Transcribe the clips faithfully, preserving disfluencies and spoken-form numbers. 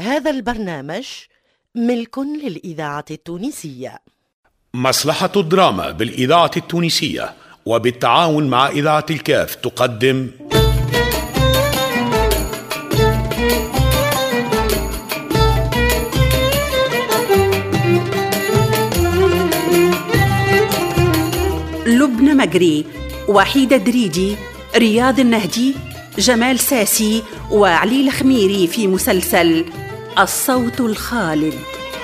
هذا البرنامج ملك للإذاعة التونسية. مصلحة الدراما بالإذاعة التونسية وبالتعاون مع إذاعة الكاف تقدم لبنى مقري، وحيدة دريدي، رياض النهدي، جمال ساسي وعلي الخميري في مسلسل الصوت الخالد.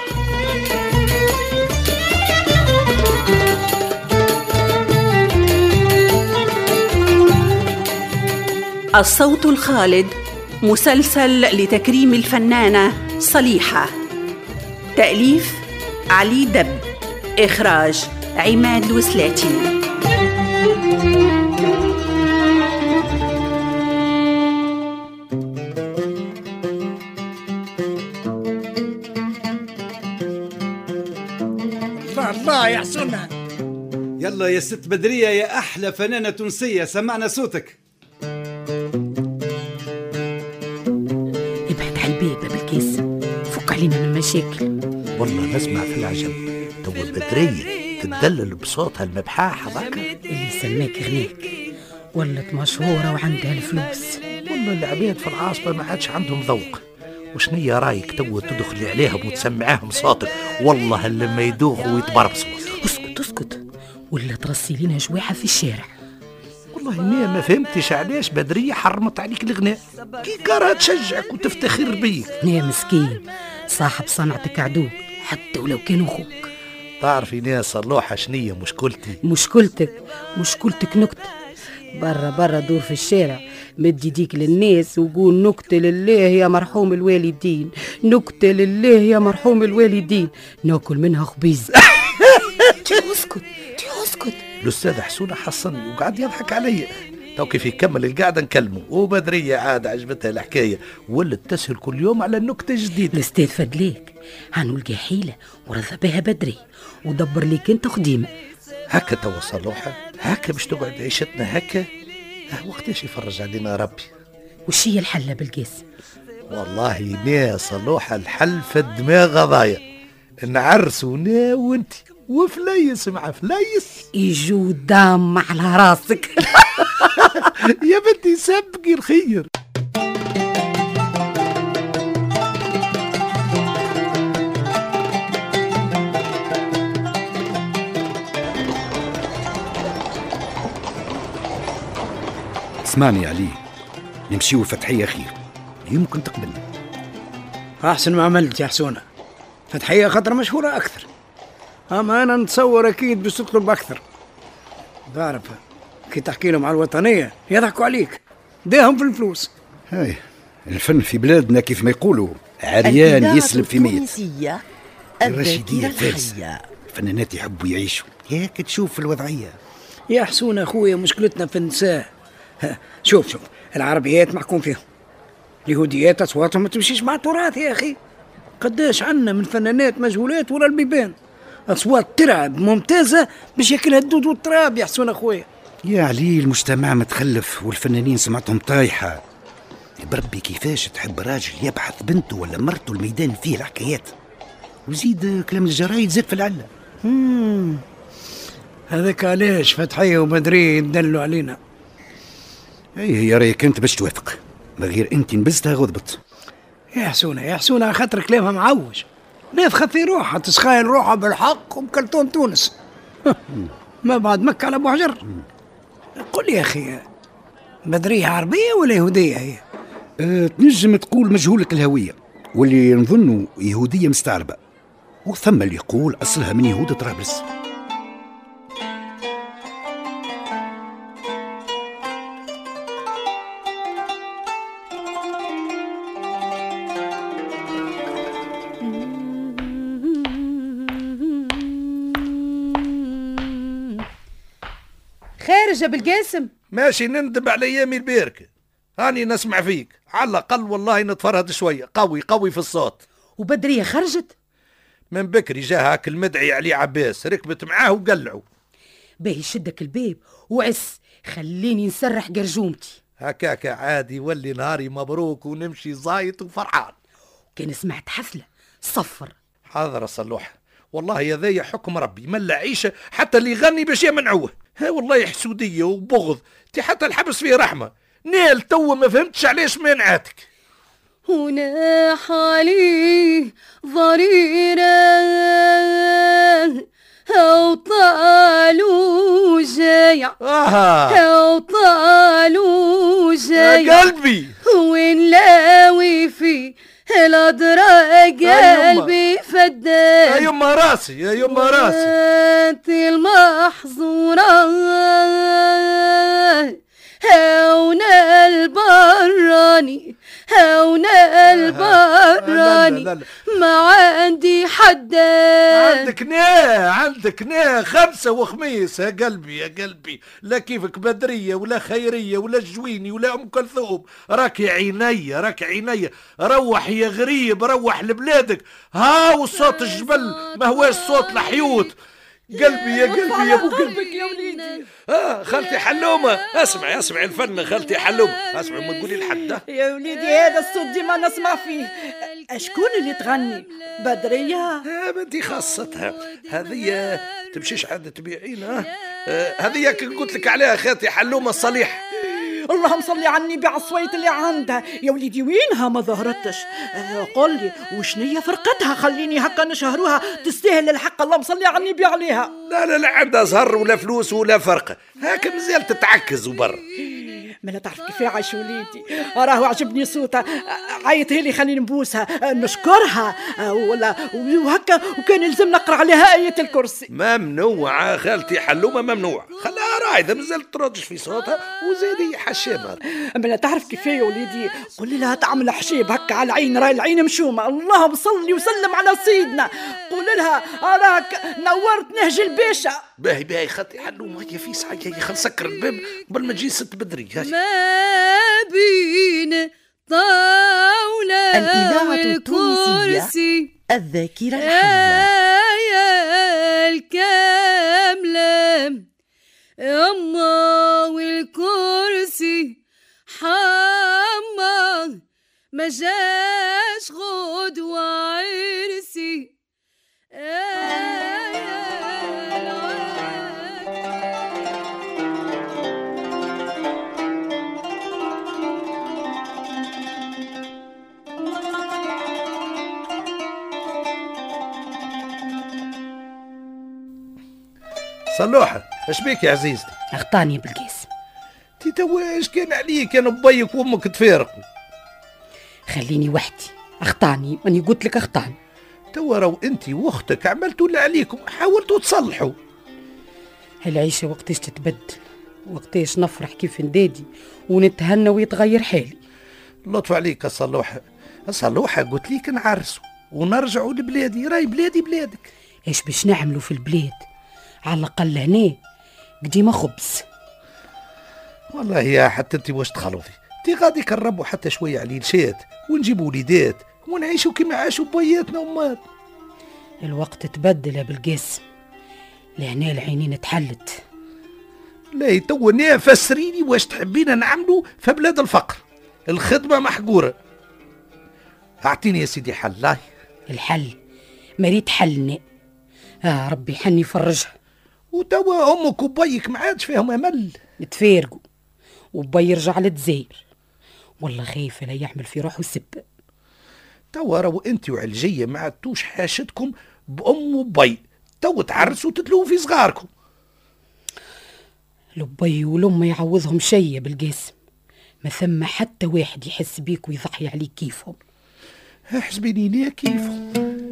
الصوت الخالد مسلسل لتكريم الفنانة صليحة. تأليف علي دب، إخراج عماد الوسلاتي. الله الله يا حسونة. يلا يا ست بدرية يا أحلى فنانة تونسية، سمعنا صوتك. ابعد على الباب بالكيس، فك علينا من المشاكل. والله نسمع في العجب تو بدرية تدلل بصوتها المبحاح هذاك اللي سماك غنيك، ولت مشهورة وعندها الفلوس. والله العباد في العاصمة ما عادش عندهم ذوق. وشنية رايك تو تدخلي عليهم وتسمعاهم صوتك؟ والله لما يدوخوا ويتبربصوا. اسكت اسكت، ولا ترسي لنا جواحة في الشارع. والله إني ما فهمتش علاش بدرية حرمت عليك الغناء، كي كارها تشجعك وتفتخر بيك. يا مسكين، صاحب صنعتك عدو حتى ولو كان أخوك. تعرفي ناس صلوحة شنية مشكلتي؟ مشكلتك مشكلتك نكتة. برا برا دور في الشارع، مد يديك للناس وقول نكتة لله يا مرحوم الوالدين، نكتة لله يا مرحوم الوالدين، ناكل منها خبيز. اسكت اسكت. الأستاذ حسونة حصني وقعد يضحك علي. تو كيف يكمل القعدة نكلمه، وبدرية عاد عجبتها الحكاية ولت تسهل كل يوم على النكتة جديدة. الأستاذ فدليك هنلقى حيلة ورضى بها بدري ودبر ليك انت خديمة. هكا توا صلوحة، هكا باش تقعد عيشتنا هكا؟ وقتاش يفرج علينا ربي؟ وش هي الحلة بالقاسم؟ والله نا صلوحة الحل في الدماغ ضايع، نعرسونا وانت وفليس مع فليس يجو دام على راسك. يا بنتي سبقي الخير. اسمعني يا علي، نمشيو فتحية خير، يمكن تقبلني. أحسن ما عملت يا حسونة، فتحية خطرة مشهورة أكثر، أما أنا نتصور أكيد باش تطلب أكثر. تعرف كي تحكي لهم على الوطنية يضحكوا عليك، داهم في الفلوس. هاي الفن في بلادنا كيف ما يقولوا عريان يسلب في ميت. الرشيدية الفارسة، الفنانات يحبوا يعيشوا، ياك تشوف الوضعية. يا حسونة أخويا مشكلتنا في النساء. شوف شوف العربيات محكوم فيهم، اليهوديات أصواتهم ما تمشيش مع التراث يا أخي. قداش عنا من فنانات مجهولات ولا البيبان، أصوات ترعب ممتازة باش ياكلها الدود والتراب يا حسون أخويا. يا علي المجتمع متخلف والفنانين سمعتهم طايحة. بربي كيفاش تحب راجل يبحث بنته ولا مرته الميدان فيه الحكايات، وزيد كلام الجرايد زاد في العلة. مم. هذاك علاش فتحية وبدرية يدلوا علينا. اي هي رايك انت باش توافق، ما غير انت نبزتها غضبت. يا حسونة يا حسونة خاطر كلامها معوج، نافخة في روحها تسخايل روحها بالحق وبكرتون تونس. ما بعد مكة على ابو حجر. قل لي يا اخي، بدرية عربية ولا يهودية هي؟ أه تنجم تقول مجهولة الهوية، واللي نظنه يهودية مستعربة، وثم اللي يقول اصلها من يهود طرابلس. خارج بالقاسم. ماشي نندب على ايامي الباركه، هاني نسمع فيك على الاقل. والله نتفرهد شويه، قوي قوي في الصوت. وبدرية خرجت من بكري جا هاك المدعي علي عباس، ركبت معاه وقلعوا. باهي شدك الباب وعس، خليني نسرح قرجومتي. هكاك عادي، ولي نهاري مبروك ونمشي زايط وفرحان. كان سمعت حفلة صفر. حاضر صلوحة، والله يا ذي حكم ربي، ملا عيشة حتى اللي يغني باش يمنعوه. ها والله حسودية وبغض، تي حتى الحبس فيه رحمة. نيل تو ما فهمتش علاش مانعاتك. هنا حالي ضريرة أو طالو جايع أو طالو جايع قلبي وين لاوي في الأدرى قلبي فدان. يا يما راسي يا يما راسي انت المحظورة هونا البراني هونا البراني ما عندي حدان. عندك ناه عندك ناه خمسة وخميس. يا قلبي يا قلبي، لا كيفك بدرية ولا خيرية ولا الجويني ولا أم كلثوم. راك يا عيني راك عيني، روح يا غريب روح لبلادك. هاو صوت الجبل ما هواش صوت الحيوط. قلبي يا قلبي يا ابو قلبك يا وليدي. اه خالتي حلومه، اسمعي اسمعي الفن خالتي حلومه، اسمعي ما تقولي لحد. يا وليدي هذا الصوت ديما نسمع فيه. اشكون اللي تغني؟ بدريه؟ اه بنتي خاصتها هذه تمشيش عاد تبيعينها. آه هذه قلت لك عليها خالتي حلومه الصليح. اللهم صلي على النبي على الصويت اللي عندها. يا وليدي وينها ما ظهرتش؟ آه قل لي وشنية فرقتها، خليني هكا نشهروها تستاهل الحق. اللهم صلي على النبي عليها. لا لا لا عندها زهر ولا فلوس ولا فرقة، هكا مازال تتعكز وبر. ما لا تعرف كيف عايش وليدي، راهو عجبني صوتها. عيط لي خليني نبوسها نشكرها ولا وهكا، وكان يلزم نقرا عليها آية الكرسي. ممنوع خالتي حلومة ممنوع، خلاها رايدة مازال تردش في صوتها وزيدي حشامها. ما لا تعرف كيف يا وليدي، قول لها تعمل حشيب هكا على العين، راي العين مشومة. اللهم صلي وسلم على سيدنا. قول لها راك نورت نهج الباشا. باهي باهي خالتي حلومة هيا في ساعة هيا خل نسكر الباب قبل ما تجي ست بدري. ما بين طاولة الإذاعة التونسية الذاكرة الحية الكاملة أما والكرسي حما ما جاش غد وعرسي. صلوحة اش بيك يا عزيزتي؟ اغطاني بالكيس. تي توا اش كان عليك انا بيك وامك تفارقوا؟ خليني وحدي. اغطاني ماني قلت لك اغطاني. توا راو انت واختك عملتوا اللي عليكم، حاولتوا تصلحوا. العيشة وقتاش تتبدل، وقتاش نفرح كيف ندادي ونتهنى ويتغير حالي. لطف عليك يا صلوحة. صلوحة قلت ليك نعرسوا ونرجعوا لبلادي، راي بلادي بلادك. ايش باش نعملوا في البلاد؟ على الأقل هنا قديمة خبز. والله يا حتى انت واش تخلطي، انت غادي كنربوا حتى شوية على الشات ونجيبوا وليدات ونعيشوا كما عاشوا بياتنا ومات. الوقت تبدل يا بالقاسم، لهنا العينين تحلت. لا توني فسريني واش تحبينا نعملوا في بلاد الفقر. الخدمة محقورة. اعطيني يا سيدي حل. الحل مريت حلنا. آه ربي حني فرجها. وتوا امك وبيك ما عادش فيهم امل. نتفارقوا وبي يرجع للجزائر، والله خايفه لا يعمل في روحه سب. توا راهو انت وعلجيه ما عدتوش حاشتكم بام وبي، توا تعرسوا وتتلووا في صغاركم. لبي ولم ما يعوضهم شيء بالقاسم، ما ثم حتى واحد يحس بيك ويضحي عليك كيفهم. حسبيني ليه كيفهم.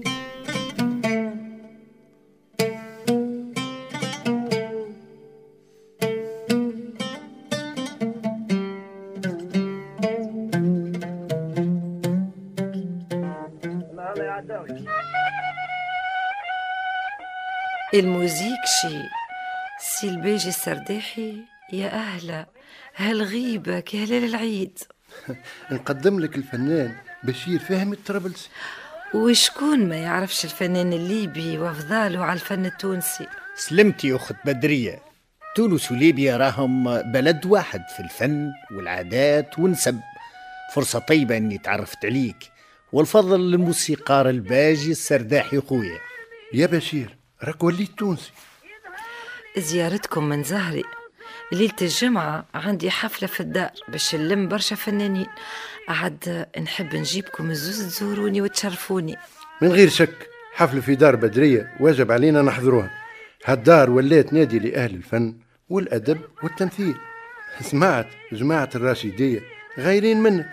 الموزيك شي سي الباجي السرداحي. يا أهلا هالغيبة كهلال العيد. نقدم لك الفنان بشير فهمي الطرابلسي. وشكون ما يعرفش الفنان الليبي وافضاله على الفن التونسي؟ سلمتي أخت بدرية، تونس وليبيا راهم بلد واحد في الفن والعادات والنسب. فرصة طيبة أني تعرفت عليك والفضل للموسيقار الباجي السرداحي خويا. يا بشير راك وليت تونسي. زيارتكم من زهري. ليلة الجمعة عندي حفلة في الدار باش نلم برشا فنانين، عاد نحب نجيبكم الزوز تزوروني وتشرفوني. من غير شك حفلة في دار بدرية واجب علينا نحضروها. هالدار ولات نادي لأهل الفن والأدب والتمثيل. سمعت جماعة الراشدية غايرين منك.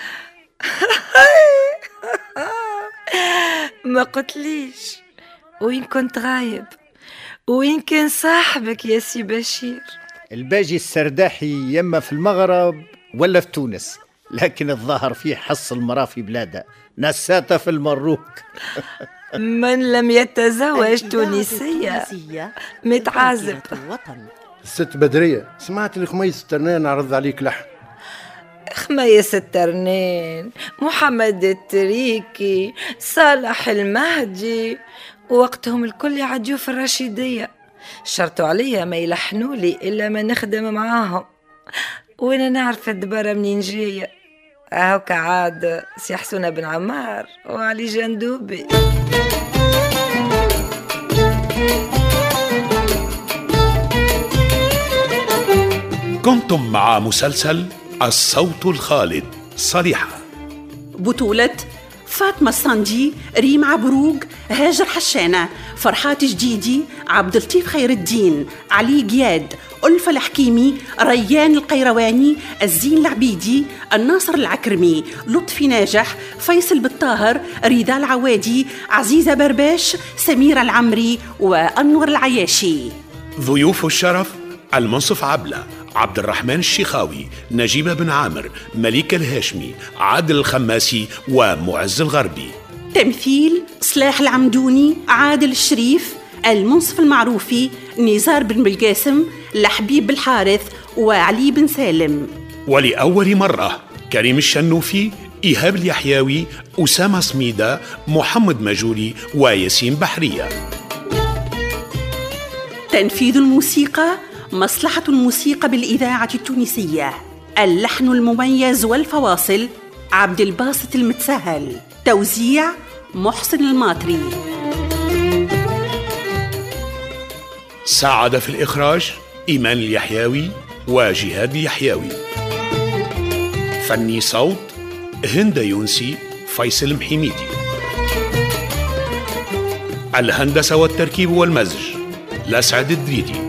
ما قلتليش وين كنت غايب؟ وين كان صاحبك يا سي بشير؟ الباجي السرداحي يما في المغرب ولا في تونس، لكن الظاهر فيه حص المراه في بلاده نساته في المروك. من لم يتزوج تونسية متعازب. الست بدرية سمعت الخميس الترنان عرض عليك لحن. خميس الترنان، محمد التريكي، صالح المهدي، وقتهم الكل يعديو في الرشيدية. شرطوا عليا ما يلحنوا لي إلا ما نخدم معاهم، وانا نعرف الدبارة منين جاية. هاكا عاد سي حسونة بن عمار وعلي جندوبي. كنتم مع مسلسل الصوت الخالد. صريحة. بطولة فاطمة الصندي، ريم عبروق، هاجر حشانة، فرحات جديدي، عبد اللطيف خير الدين، علي قياد، ألفة الحكيمي، ريان القيرواني، الزين العبيدي، الناصر العكرمي، لطفي ناجح، فيصل بالطاهر، رضا العوادي، عزيزة برباش، سميرة العمري، وأنور العياشي. ضيوف الشرف: المنصف عبلة، عبد الرحمن الشيخاوي، نجيبة بن عامر، مليكة الهاشمي، عادل الخماسي، ومعز الغربي. تمثيل: صلاح العمدوني، عادل الشريف، المنصف المعروفي، نزار بن بالقاسم، لحبيب بالحارث، وعلي بن سالم. ولأول مرة كريم الشنوفي، إيهاب اليحيوي، أسامة سميدة، محمد مجولي، وياسين بحرية. تنفيذ الموسيقى: مصلحة الموسيقى بالإذاعة التونسية. اللحن المميز والفواصل: عبد الباسط المتسهل. توزيع: محسن الماطري. ساعد في الإخراج إيمان اليحيوي وجهاد اليحيوي. فني صوت: هند يونسي، فيصل محميدي. الهندسة والتركيب والمزج: لسعد الدريدي.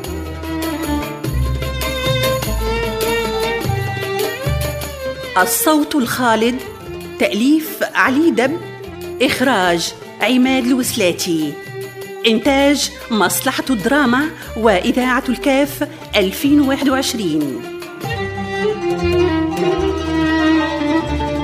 الصوت الخالد، تأليف علي دب، إخراج عماد الوسلاتي، إنتاج مصلحة الدراما وإذاعة الكاف ألفين وواحد وعشرين.